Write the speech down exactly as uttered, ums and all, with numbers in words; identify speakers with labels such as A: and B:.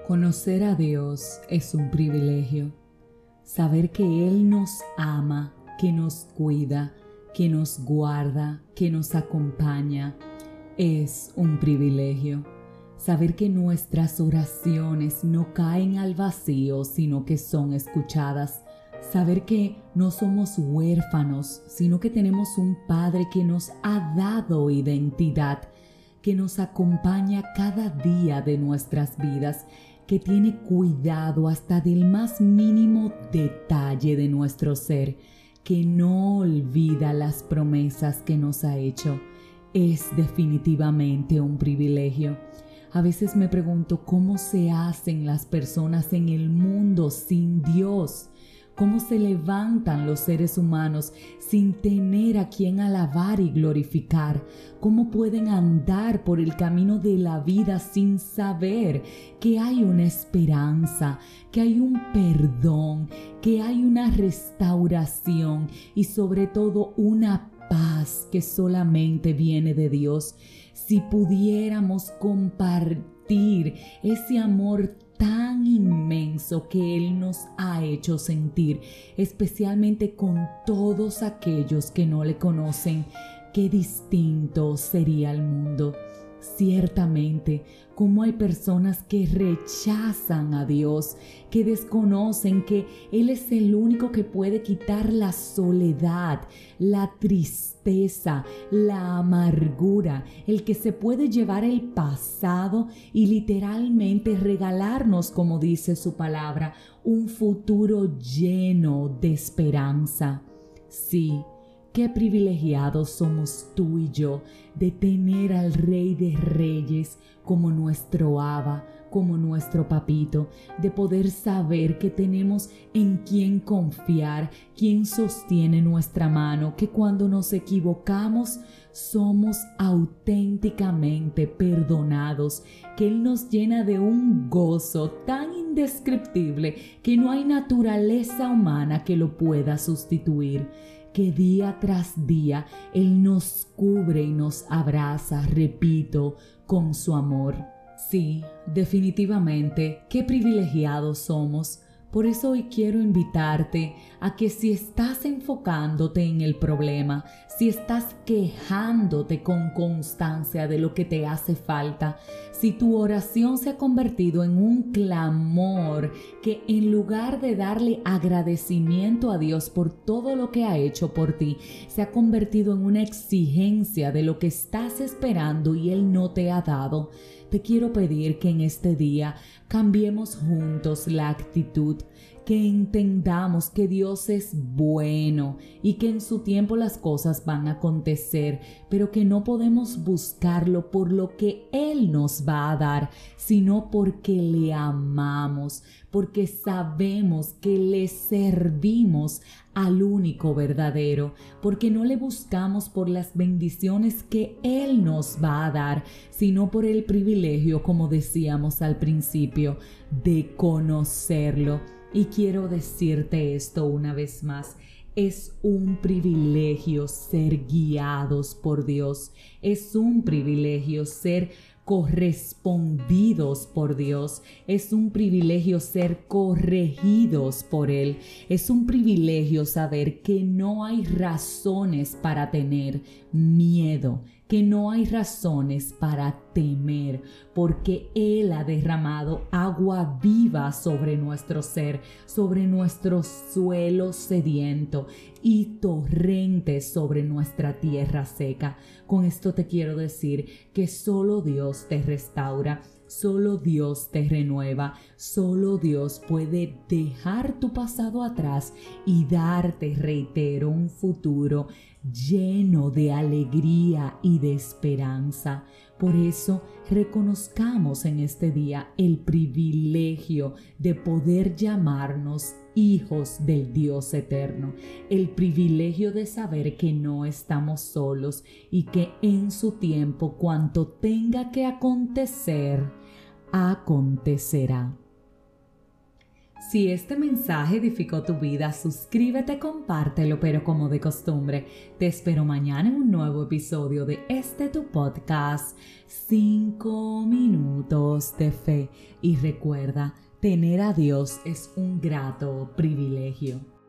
A: Conocer a Dios es un privilegio. Saber que Él nos ama, que nos cuida, que nos guarda, que nos acompaña, es un privilegio. Saber que nuestras oraciones no caen al vacío, sino que son escuchadas. Saber que no somos huérfanos, sino que tenemos un Padre que nos ha dado identidad, que nos acompaña cada día de nuestras vidas, que tiene cuidado hasta del más mínimo detalle de nuestro ser, que no olvida las promesas que nos ha hecho. Es definitivamente un privilegio. A veces me pregunto cómo se hacen las personas en el mundo sin Dios. ¿Cómo se levantan los seres humanos sin tener a quien alabar y glorificar? ¿Cómo pueden andar por el camino de la vida sin saber que hay una esperanza, que hay un perdón, que hay una restauración y sobre todo una paz que solamente viene de Dios? Si pudiéramos compartir ese amor tan inmenso que Él nos ha hecho sentir, especialmente con todos aquellos que no le conocen, qué distinto sería el mundo. Ciertamente, como hay personas que rechazan a Dios, que desconocen que Él es el único que puede quitar la soledad, la tristeza, la amargura, el que se puede llevar el pasado y literalmente regalarnos, como dice su palabra, un futuro lleno de esperanza. Sí. Qué privilegiados somos tú y yo de tener al Rey de Reyes como nuestro Abba, como nuestro papito, de poder saber que tenemos en quien confiar, quien sostiene nuestra mano, que cuando nos equivocamos somos auténticamente perdonados, que Él nos llena de un gozo tan indescriptible que no hay naturaleza humana que lo pueda sustituir. Que día tras día Él nos cubre y nos abraza, repito, con su amor. Sí, definitivamente, qué privilegiados somos. Por eso hoy quiero invitarte a que si estás enfocándote en el problema, si estás quejándote con constancia de lo que te hace falta, si tu oración se ha convertido en un clamor que en lugar de darle agradecimiento a Dios por todo lo que ha hecho por ti, se ha convertido en una exigencia de lo que estás esperando y Él no te ha dado, te quiero pedir que en este día cambiemos juntos la actitud, que entendamos que Dios es bueno y que en su tiempo las cosas van a acontecer, pero que no podemos buscarlo por lo que Él nos va a dar, sino porque le amamos, porque sabemos que le servimos al único verdadero, porque no le buscamos por las bendiciones que Él nos va a dar, sino por el privilegio, como decíamos al principio, de conocerlo. Y quiero decirte esto una vez más. Es un privilegio ser guiados por Dios. Es un privilegio ser correspondidos por Dios. Es un privilegio ser corregidos por Él. Es un privilegio saber que no hay razones para tener miedo, que no hay razones para temer, porque Él ha derramado agua viva sobre nuestro ser, sobre nuestro suelo sediento y torrentes sobre nuestra tierra seca. Con esto te quiero decir que solo Dios te restaura, solo Dios te renueva, solo Dios puede dejar tu pasado atrás y darte, reitero, un futuro lleno de alegría y de esperanza. Por eso reconozcamos en este día el privilegio de poder llamarnos hijos del Dios eterno, el privilegio de saber que no estamos solos y que en su tiempo cuanto tenga que acontecer, acontecerá. Si este mensaje edificó tu vida, suscríbete, compártelo, pero como de costumbre, te espero mañana en un nuevo episodio de este tu podcast, cinco minutos de fe. Y recuerda, tener a Dios es un grato privilegio.